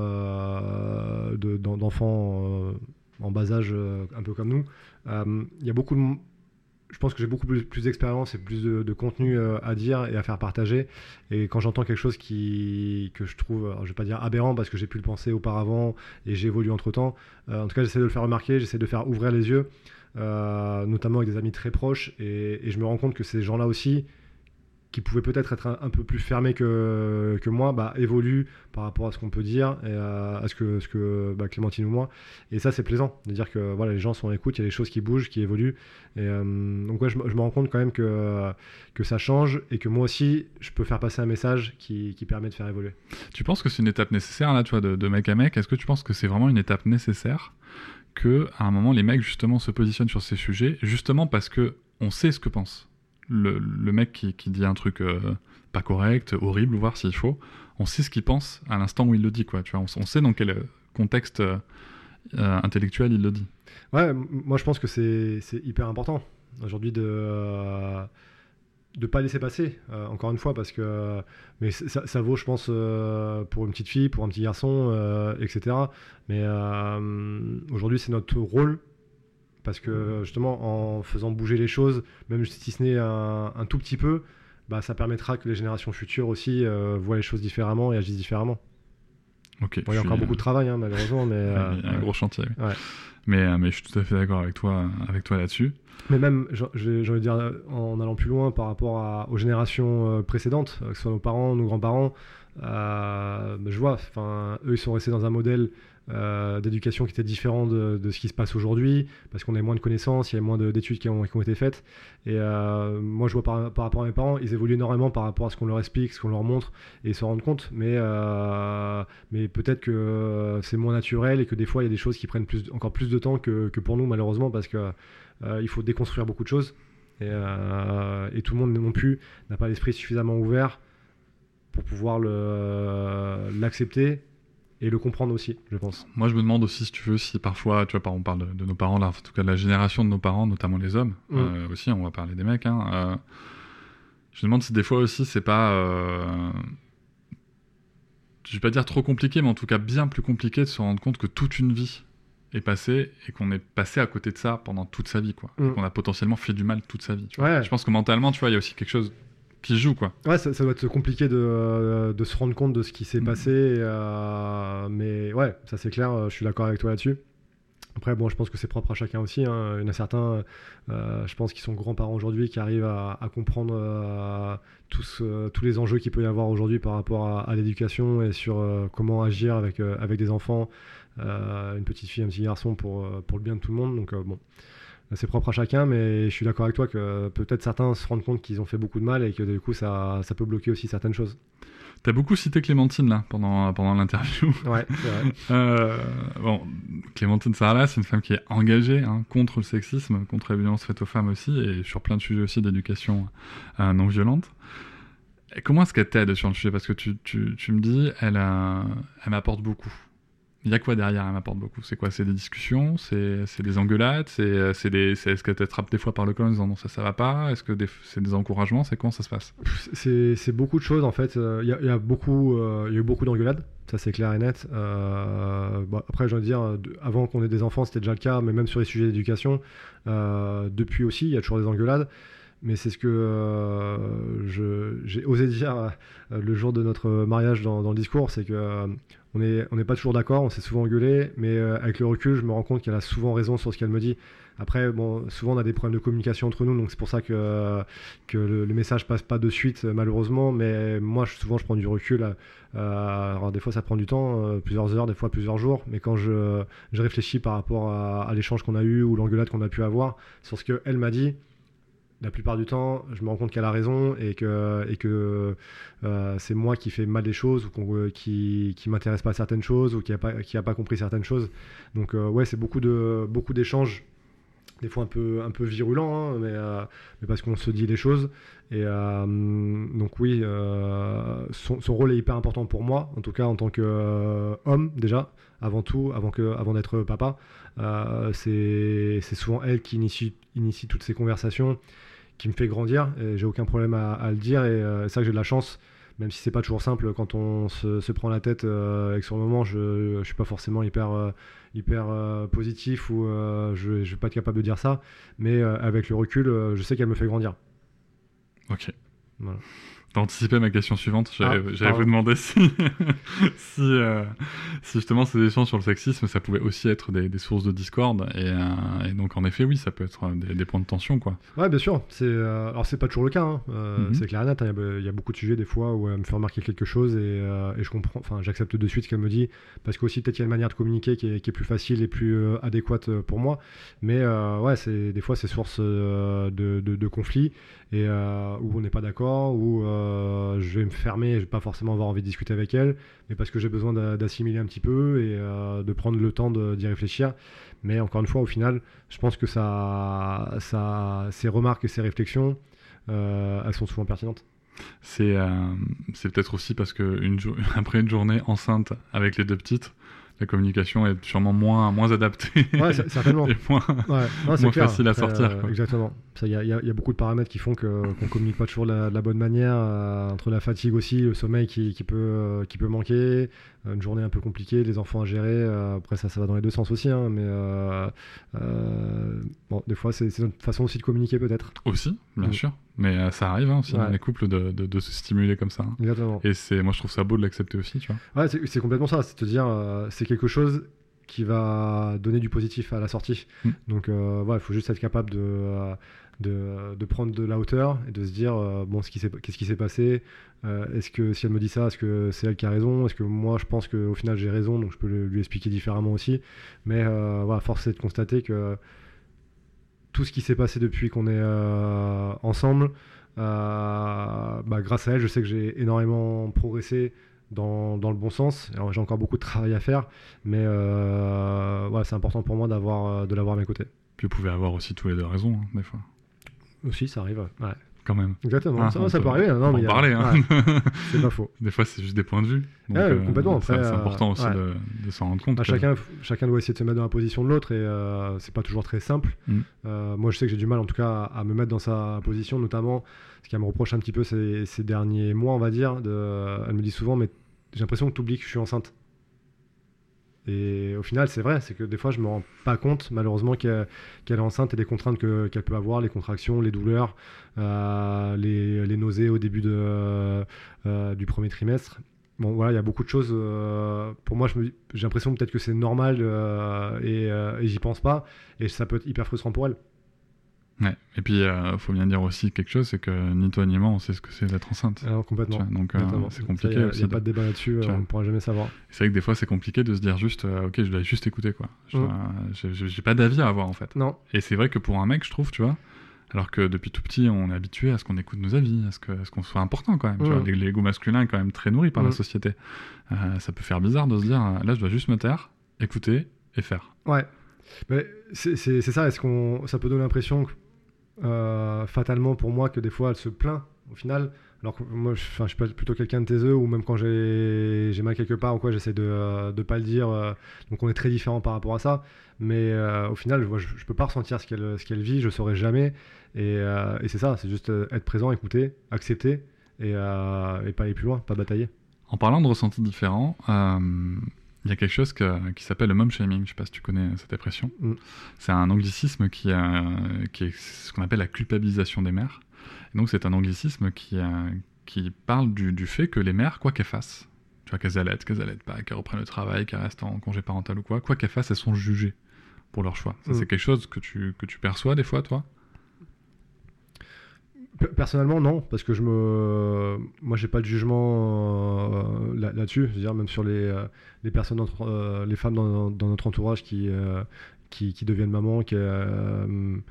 d'enfants en bas âge, un peu comme nous. Il y a beaucoup de... Je pense que j'ai beaucoup plus d'expérience et plus de contenu à dire et à faire partager. Et quand j'entends quelque chose que je trouve, alors je vais pas dire aberrant parce que j'ai pu le penser auparavant et j'ai évolué entre-temps, en tout cas j'essaie de le faire remarquer, j'essaie de faire ouvrir les yeux, notamment avec des amis très proches. Et je me rends compte que ces gens-là aussi, qui pouvaient peut-être être un peu plus fermés que moi, évoluent par rapport à ce qu'on peut dire et à ce que Clémentine ou moi. Et ça, c'est plaisant de dire que voilà, les gens sont à l'écoute, il y a des choses qui bougent, qui évoluent. Et donc ouais, je me rends compte quand même que ça change et que moi aussi, je peux faire passer un message qui permet de faire évoluer. Tu penses que c'est une étape nécessaire, là, tu vois, de mec à mec? Est-ce que tu penses que c'est vraiment une étape nécessaire qu'à un moment, les mecs, justement, se positionnent sur ces sujets, justement parce qu'on sait ce que pense le mec qui dit un truc pas correct, horrible, voire s'il faut, on sait ce qu'il pense à l'instant où il le dit, quoi. Tu vois, on sait dans quel contexte intellectuel il le dit. Ouais, moi je pense que c'est hyper important aujourd'hui de pas laisser passer, encore une fois, parce que mais ça vaut, je pense, pour une petite fille, pour un petit garçon, etc. Mais aujourd'hui c'est notre rôle. Parce que justement, en faisant bouger les choses, même si ce n'est un tout petit peu, ça permettra que les générations futures aussi voient les choses différemment et agissent différemment. Okay, il y a encore beaucoup de travail, malheureusement. Mais, il y a un gros chantier. Oui. Ouais. Mais je suis tout à fait d'accord avec toi là-dessus. Mais même, j'ai envie de dire, en allant plus loin par rapport aux générations précédentes, que ce soit nos parents, nos grands-parents, je vois, eux, ils sont restés dans un modèle d'éducation qui était différent de ce qui se passe aujourd'hui, parce qu'on a moins de connaissances, il y a moins d'études qui ont été faites. Et moi, je vois par rapport à mes parents, ils évoluent énormément par rapport à ce qu'on leur explique, ce qu'on leur montre, et ils se rendent compte. Mais peut-être que c'est moins naturel et que des fois, il y a des choses qui prennent encore plus de temps que pour nous, malheureusement, parce que il faut déconstruire beaucoup de choses. Et tout le monde non plus n'a pas l'esprit suffisamment ouvert pour pouvoir l'accepter et le comprendre aussi, je pense. Moi, je me demande aussi, si tu veux, si parfois, tu vois, on parle de nos parents, là, en tout cas de la génération de nos parents, notamment les hommes, aussi, on va parler des mecs, hein, je me demande si des fois aussi, c'est pas... je vais pas dire trop compliqué, mais en tout cas bien plus compliqué de se rendre compte que toute une vie est passée et qu'on est passé à côté de ça pendant toute sa vie, quoi. Et qu'on a potentiellement fait du mal toute sa vie. Tu vois. Ouais. Je pense que mentalement, tu vois, il y a aussi quelque chose qui joue, quoi. Ouais, ça doit être compliqué de se rendre compte de ce qui s'est passé, mais ouais, ça c'est clair, je suis d'accord avec toi là-dessus. Après, bon, je pense que c'est propre à chacun aussi, hein. Il y en a certains, je pense, qui sont grands-parents aujourd'hui, qui arrivent à comprendre tous les enjeux qu'il peut y avoir aujourd'hui par rapport à l'éducation et sur comment agir avec des enfants, une petite fille, un petit garçon, pour le bien de tout le monde. Donc bon, c'est propre à chacun, mais je suis d'accord avec toi que peut-être certains se rendent compte qu'ils ont fait beaucoup de mal et que du coup, ça peut bloquer aussi certaines choses. T'as beaucoup cité Clémentine là pendant l'interview. Ouais, c'est vrai. Bon, Clémentine Sarlat, c'est une femme qui est engagée contre le sexisme, contre la violence faite aux femmes aussi, et sur plein de sujets aussi d'éducation non violente. Et comment est-ce qu'elle t'aide sur le sujet ? Parce que tu me dis, elle m'apporte beaucoup. Il y a quoi derrière ? Elle m'apporte beaucoup. C'est quoi ? C'est des discussions ? C'est des engueulades ? Est-ce que tu attrapes des fois par le col en disant non, ça va pas ? Est-ce que c'est des encouragements ? C'est comment ça se passe ? C'est beaucoup de choses en fait. Il y a eu beaucoup d'engueulades, ça c'est clair et net. Après, j'ai envie de dire, avant qu'on ait des enfants, c'était déjà le cas, mais même sur les sujets d'éducation, depuis aussi, il y a toujours des engueulades. Mais c'est ce que j'ai osé dire le jour de notre mariage dans le discours, c'est que on n'est pas toujours d'accord, on s'est souvent engueulé, mais avec le recul, je me rends compte qu'elle a souvent raison sur ce qu'elle me dit. Après, bon, souvent on a des problèmes de communication entre nous, donc c'est pour ça que le message passe pas de suite, malheureusement. Mais moi, souvent, je prends du recul. Alors des fois, ça prend du temps, plusieurs heures, des fois plusieurs jours. Mais quand je réfléchis par rapport à l'échange qu'on a eu ou l'engueulade qu'on a pu avoir sur ce qu'elle m'a dit, la plupart du temps, je me rends compte qu'elle a raison et que c'est moi qui fais mal des choses ou qui m'intéresse pas à certaines choses ou qui a pas compris certaines choses. Donc ouais, c'est beaucoup d'échanges, des fois un peu virulents, mais parce qu'on se dit les choses. Et donc oui, son rôle est hyper important pour moi, en tout cas en tant qu'homme déjà, avant tout, avant d'être papa. C'est souvent elle qui initie toutes ces conversations, qui me fait grandir, et j'ai aucun problème à le dire, et c'est ça que j'ai de la chance, même si c'est pas toujours simple quand on se prend la tête et que sur le moment je suis pas forcément hyper positif ou je vais pas être capable de dire ça, mais avec le recul, je sais qu'elle me fait grandir. Ok. Voilà. T'as anticipé ma question suivante. J'allais vous demander si justement ces échanges sur le sexisme, ça pouvait aussi être des sources de discorde. Et donc, en effet, oui, ça peut être des points de tension, quoi. Ouais, bien sûr. Alors, c'est pas toujours le cas. Hein. C'est clair et net. Il y a beaucoup de sujets, des fois, où elle me fait remarquer quelque chose et je comprends. Enfin, j'accepte de suite ce qu'elle me dit. Parce qu'aussi, peut-être qu'il y a une manière de communiquer qui est plus facile et plus adéquate pour moi. Mais ouais, des fois, c'est source de conflits et où on n'est pas d'accord, où je vais me fermer, je vais pas forcément avoir envie de discuter avec elle, mais parce que j'ai besoin d'assimiler un petit peu et de prendre le temps d'y réfléchir. Mais encore une fois, au final, je pense que ces remarques et ces réflexions, elles sont souvent pertinentes. C'est peut-être aussi parce que après une journée enceinte avec les deux petites, la communication est sûrement moins adaptée. Ouais, certainement. Et moins facile à sortir. Quoi. Exactement. Il y a beaucoup de paramètres qui font qu'on ne communique pas toujours de la bonne manière, entre la fatigue aussi, le sommeil qui peut manquer, une journée un peu compliquée, les enfants à gérer. Après, ça va dans les deux sens aussi. Hein, mais bon, des fois, c'est notre façon aussi de communiquer peut-être. Aussi, bien sûr. Mais ça arrive aussi dans les couples de se stimuler comme ça. Hein. Exactement. Et moi, je trouve ça beau de l'accepter aussi, tu vois. Ouais, c'est complètement ça. C'est te dire, c'est quelque chose qui va donner du positif à la sortie. Donc, il faut juste être capable de prendre de la hauteur et de se dire, qu'est-ce qui s'est passé ? Est-ce que si elle me dit ça, est-ce que c'est elle qui a raison ? Est-ce que moi, je pense qu'au final, j'ai raison, donc je peux lui expliquer différemment aussi. Mais force est de constater que tout ce qui s'est passé depuis qu'on est ensemble, grâce à elle, je sais que j'ai énormément progressé dans le bon sens. Alors, j'ai encore beaucoup de travail à faire, mais c'est important pour moi de l'avoir à mes côtés. Puis vous pouvez avoir aussi tous les deux raison, hein, des fois. Aussi, ça arrive, ouais. quand même. Exactement, Ah, ça peut arriver. Non, on mais peut en parler. Hein. Ouais, c'est pas faux. Des fois, c'est juste des points de vue. Donc, complètement. Après, c'est important aussi ouais. de s'en rendre compte. Chacun doit essayer de se mettre dans la position de l'autre et c'est pas toujours très simple. Moi, je sais que j'ai du mal, en tout cas, à me mettre dans sa position, notamment ce qu'elle me reproche un petit peu ces derniers mois, on va dire. Elle me dit souvent, mais j'ai l'impression que tu oublies que je suis enceinte. Et au final, c'est vrai, c'est que des fois, je me rends pas compte, malheureusement, qu'elle est enceinte et des contraintes qu'elle peut avoir, les contractions, les douleurs, les nausées au début du premier trimestre. Bon, voilà, il y a beaucoup de choses. Pour moi, j'ai l'impression peut-être que c'est normal et j'y pense pas. Et ça peut être hyper frustrant pour elle. Ouais. Et puis, faut bien dire aussi quelque chose, c'est que ni toi ni moi, on sait ce que c'est d'être enceinte. Alors, complètement. Tu vois, donc, c'est compliqué ça, aussi. Il n'y a pas de débat là-dessus, on ne pourra jamais savoir. C'est vrai que des fois, c'est compliqué de se dire juste, ok, je dois juste écouter, quoi. J'ai pas d'avis à avoir, en fait. Non. Et c'est vrai que pour un mec, je trouve, tu vois, alors que depuis tout petit, on est habitué à ce qu'on écoute nos avis, à ce qu'on soit important, quand même. Tu vois, l'ego masculin est quand même très nourri par la société. Ça peut faire bizarre de se dire, là, je dois juste me taire, écouter et faire. Ouais. Mais c'est ça, ça peut donner l'impression que fatalement pour moi que des fois elle se plaint au final, alors que moi je suis plutôt quelqu'un de taiseux, ou même quand j'ai mal quelque part ou quoi, j'essaie de pas le dire, donc on est très différents par rapport à ça, mais au final je peux pas ressentir ce qu'elle vit, je saurais jamais, et c'est ça, c'est juste être présent, écouter, accepter et pas aller plus loin, pas batailler. En parlant de ressentis différents, il y a quelque chose qui s'appelle le mom shaming. Je sais pas si tu connais cette expression. C'est un anglicisme qui est ce qu'on appelle la culpabilisation des mères. Et donc c'est un anglicisme qui parle du fait que les mères, quoi qu'elles fassent, tu vois, qu'elles allaitent pas, qu'elles reprennent le travail, qu'elles restent en congé parental ou quoi qu'elles fassent, elles sont jugées pour leur choix. Ça, c'est quelque chose que tu perçois des fois, toi ? Personnellement, non, parce que moi, j'ai pas de jugement là-dessus. Je veux dire, même sur les personnes, les femmes dans notre entourage qui deviennent mamans, qu'elles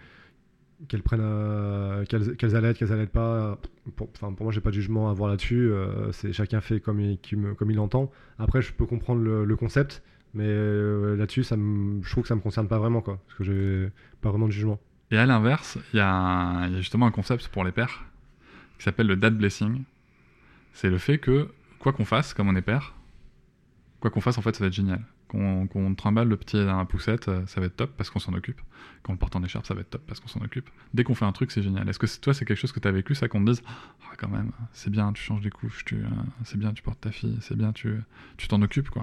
prennent, qu'elles allaitent pas. Pour moi, j'ai pas de jugement à avoir là-dessus. Chacun fait comme il l'entend. Après, je peux comprendre le concept, mais là-dessus, je trouve que ça me concerne pas vraiment, quoi, parce que j'ai pas vraiment de jugement. Et à l'inverse, il y a justement un concept pour les pères qui s'appelle le dad blessing. C'est le fait que, quoi qu'on fasse, comme on est père, quoi qu'on fasse, en fait, ça va être génial. Qu'on trimballe le petit dans la poussette, ça va être top parce qu'on s'en occupe. Quand on le porte en écharpe, ça va être top parce qu'on s'en occupe. Dès qu'on fait un truc, c'est génial. Est-ce que toi, c'est quelque chose que tu as vécu, ça, qu'on te dise « Ah, quand même, c'est bien, tu changes des couches, c'est bien, tu portes ta fille, c'est bien, tu t'en occupes, quoi ».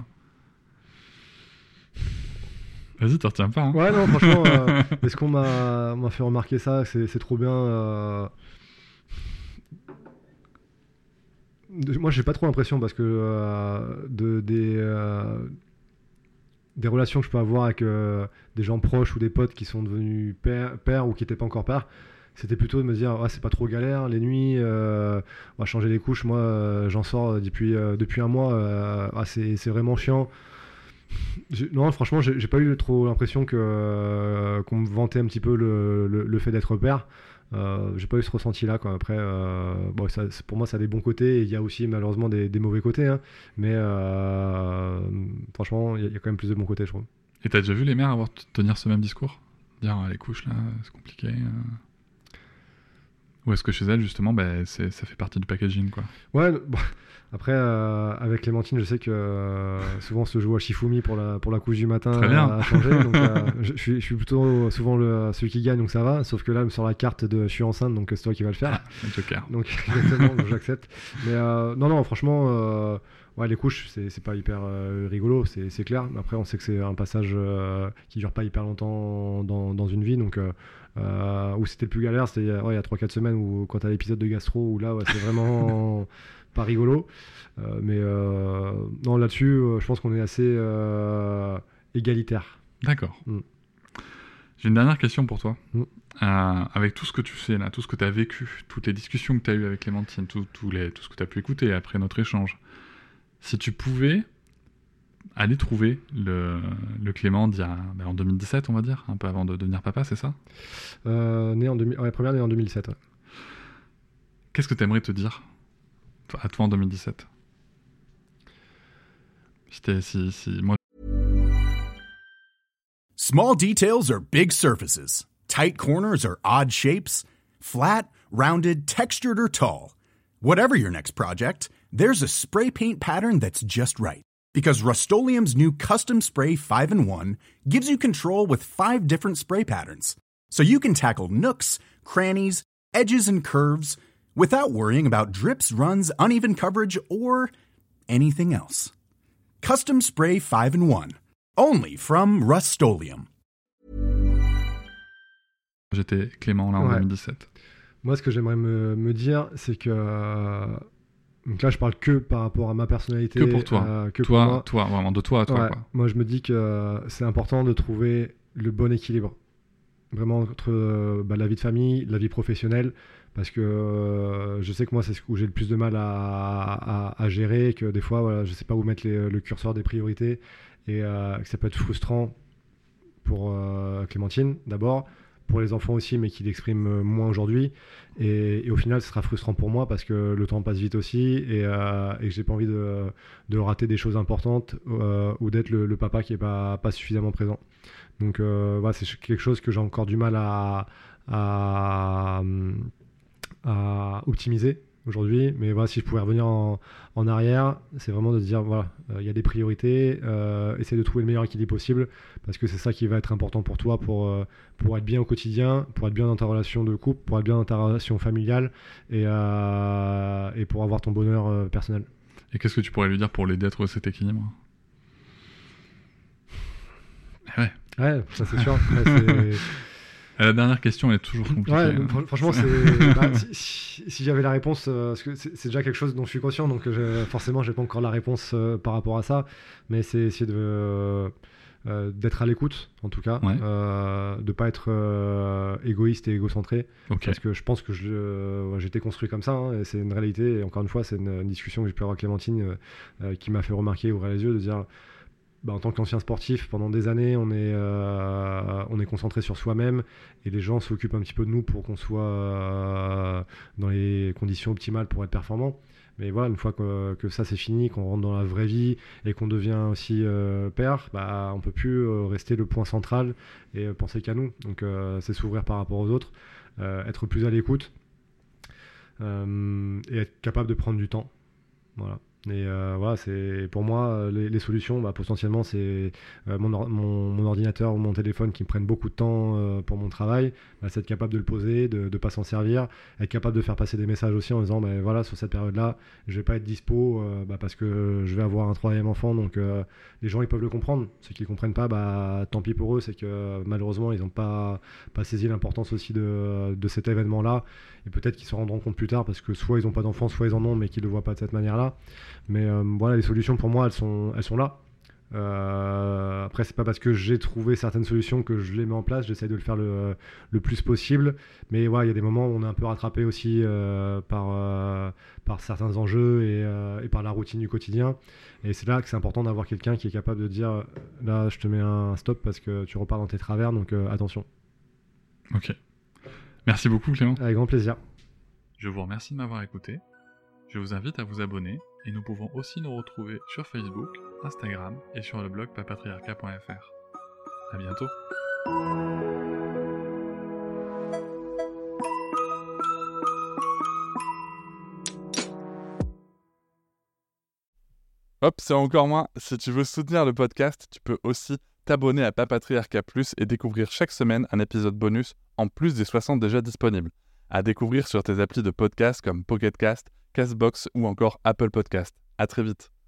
Vas-y, t'en retiens pas. Hein. Ouais, non, franchement, est-ce qu'on m'a fait remarquer ça, c'est trop bien. Moi, j'ai pas trop l'impression parce que des relations que je peux avoir avec des gens proches ou des potes qui sont devenus pères ou qui n'étaient pas encore pères, c'était plutôt de me dire c'est pas trop galère les nuits, on va changer les couches. Moi, j'en sors depuis un mois. C'est vraiment chiant. Non, franchement, j'ai pas eu trop l'impression qu'on me vantait un petit peu le fait d'être père. J'ai pas eu ce ressenti-là, quoi. Après, pour moi, ça a des bons côtés. Il y a aussi malheureusement des mauvais côtés, hein. Mais franchement, il y a quand même plus de bons côtés, je trouve. Et t'as déjà vu les mères tenir ce même discours ? Dire les couches là, c'est compliqué. Ou est-ce que chez elles, justement, ça fait partie du packaging, quoi ? Ouais, bon. Après, avec Clémentine, je sais que souvent on se joue à Shifumi pour la couche du matin à changer. Donc, je suis plutôt souvent celui qui gagne, donc ça va. Sauf que là, sur la carte de je suis enceinte, donc c'est toi qui vas le faire. Joker. Donc exactement, donc j'accepte. Mais non, franchement, ouais, les couches, c'est pas hyper rigolo, c'est clair. Après, on sait que c'est un passage qui dure pas hyper longtemps dans une vie, donc. Où c'était le plus galère, c'était il y a 3-4 semaines où quand t'as l'épisode de gastro où là c'est vraiment pas rigolo, mais non, là-dessus je pense qu'on est assez égalitaire. D'accord. J'ai une dernière question pour toi. Avec tout ce que tu sais là, tout ce que tu as vécu, toutes les discussions que tu as eues avec Clémentine, tout ce que tu as pu écouter après notre échange, si tu pouvais aller trouver le Clément en 2017, on va dire, un peu avant de devenir papa, c'est ça ? Première née en 2007. Ouais. Qu'est-ce que tu aimerais te dire à toi en 2017 ? Si moi... Small details are big surfaces. Tight corners are odd shapes. Flat, rounded, textured, or tall. Whatever your next project, there's a spray paint pattern that's just right. Because Rust-Oleum's new Custom Spray 5-in-1 gives you control with 5 different spray patterns. So you can tackle nooks, crannies, edges, and curves without worrying about drips, runs, uneven coverage, or anything else. Custom Spray 5-in-1. Only from Rust-Oleum. J'étais Clément là en 2017. Moi, ce que j'aimerais me dire, c'est que... donc là, je parle que par rapport à ma personnalité. Que pour toi. Pour moi. Toi, vraiment de toi à toi. Ouais, quoi. moi, je me dis que c'est important de trouver le bon équilibre. Vraiment entre la vie de famille, la vie professionnelle. Parce que je sais que moi, c'est ce où j'ai le plus de mal à gérer. Que des fois, voilà, je ne sais pas où mettre le curseur des priorités. Et que ça peut être frustrant pour Clémentine, d'abord. Pour les enfants aussi, mais qui l'expriment moins aujourd'hui. Et au final, ce sera frustrant pour moi parce que le temps passe vite aussi et que j'ai pas envie de rater des choses importantes ou d'être le papa qui est pas suffisamment présent. Donc voilà, c'est quelque chose que j'ai encore du mal à optimiser aujourd'hui. Mais voilà, si je pouvais revenir en arrière, c'est vraiment de se dire, voilà, il y a des priorités, essayer de trouver le meilleur équilibre possible parce que c'est ça qui va être important pour toi pour être bien au quotidien, pour être bien dans ta relation de couple, pour être bien dans ta relation familiale et pour avoir ton bonheur personnel. Et qu'est-ce que tu pourrais lui dire pour l'aider à trouver cet équilibre ? Ouais, ça c'est sûr. Ouais, la dernière question, elle est toujours compliquée. Ouais, franchement, si j'avais la réponse, parce que c'est déjà quelque chose dont je suis conscient, donc forcément, j'ai pas encore la réponse par rapport à ça, mais c'est essayer d'être à l'écoute, en tout cas, de pas être égoïste et égocentré, parce que je pense que j'étais construit comme ça, hein, et c'est une réalité, et encore une fois, c'est une discussion que j'ai pu avoir avec Clémentine, qui m'a fait remarquer, ouvrir les yeux, de dire... en tant qu'ancien sportif, pendant des années, on est concentré sur soi-même et les gens s'occupent un petit peu de nous pour qu'on soit dans les conditions optimales pour être performant. Mais voilà, une fois que ça c'est fini, qu'on rentre dans la vraie vie et qu'on devient aussi père, on peut plus rester le point central et penser qu'à nous. Donc c'est s'ouvrir par rapport aux autres, être plus à l'écoute et être capable de prendre du temps. Voilà. Et voilà, c'est pour moi les solutions, potentiellement c'est mon ordinateur ou mon téléphone qui me prennent beaucoup de temps pour mon travail, c'est être capable de le poser, de pas s'en servir, être capable de faire passer des messages aussi en disant voilà, sur cette période là je vais pas être dispo parce que je vais avoir un troisième enfant, donc les gens ils peuvent le comprendre. Ceux qui le comprennent pas, tant pis pour eux, c'est que malheureusement ils n'ont pas saisi l'importance aussi de cet événement là, et peut-être qu'ils se rendront compte plus tard parce que soit ils n'ont pas d'enfants, soit ils en ont mais qu'ils le voient pas de cette manière là. Mais voilà, les solutions pour moi, elles sont là. Après, c'est pas parce que j'ai trouvé certaines solutions que je les mets en place. J'essaie de le faire le plus possible. Mais voilà, il y a des moments où on est un peu rattrapé aussi par certains enjeux et par la routine du quotidien. Et c'est là que c'est important d'avoir quelqu'un qui est capable de dire là, je te mets un stop parce que tu repars dans tes travers, donc attention. Ok. Merci beaucoup, Clément. Avec grand plaisir. Je vous remercie de m'avoir écouté. Je vous invite à vous abonner et nous pouvons aussi nous retrouver sur Facebook, Instagram et sur le blog papatriarca.fr. À bientôt. Hop, c'est encore moins. Si tu veux soutenir le podcast, tu peux aussi t'abonner à Papatriarca Plus et découvrir chaque semaine un épisode bonus en plus des 60 déjà disponibles. À découvrir sur tes applis de podcast comme Pocket Cast, Castbox ou encore Apple Podcast. À très vite.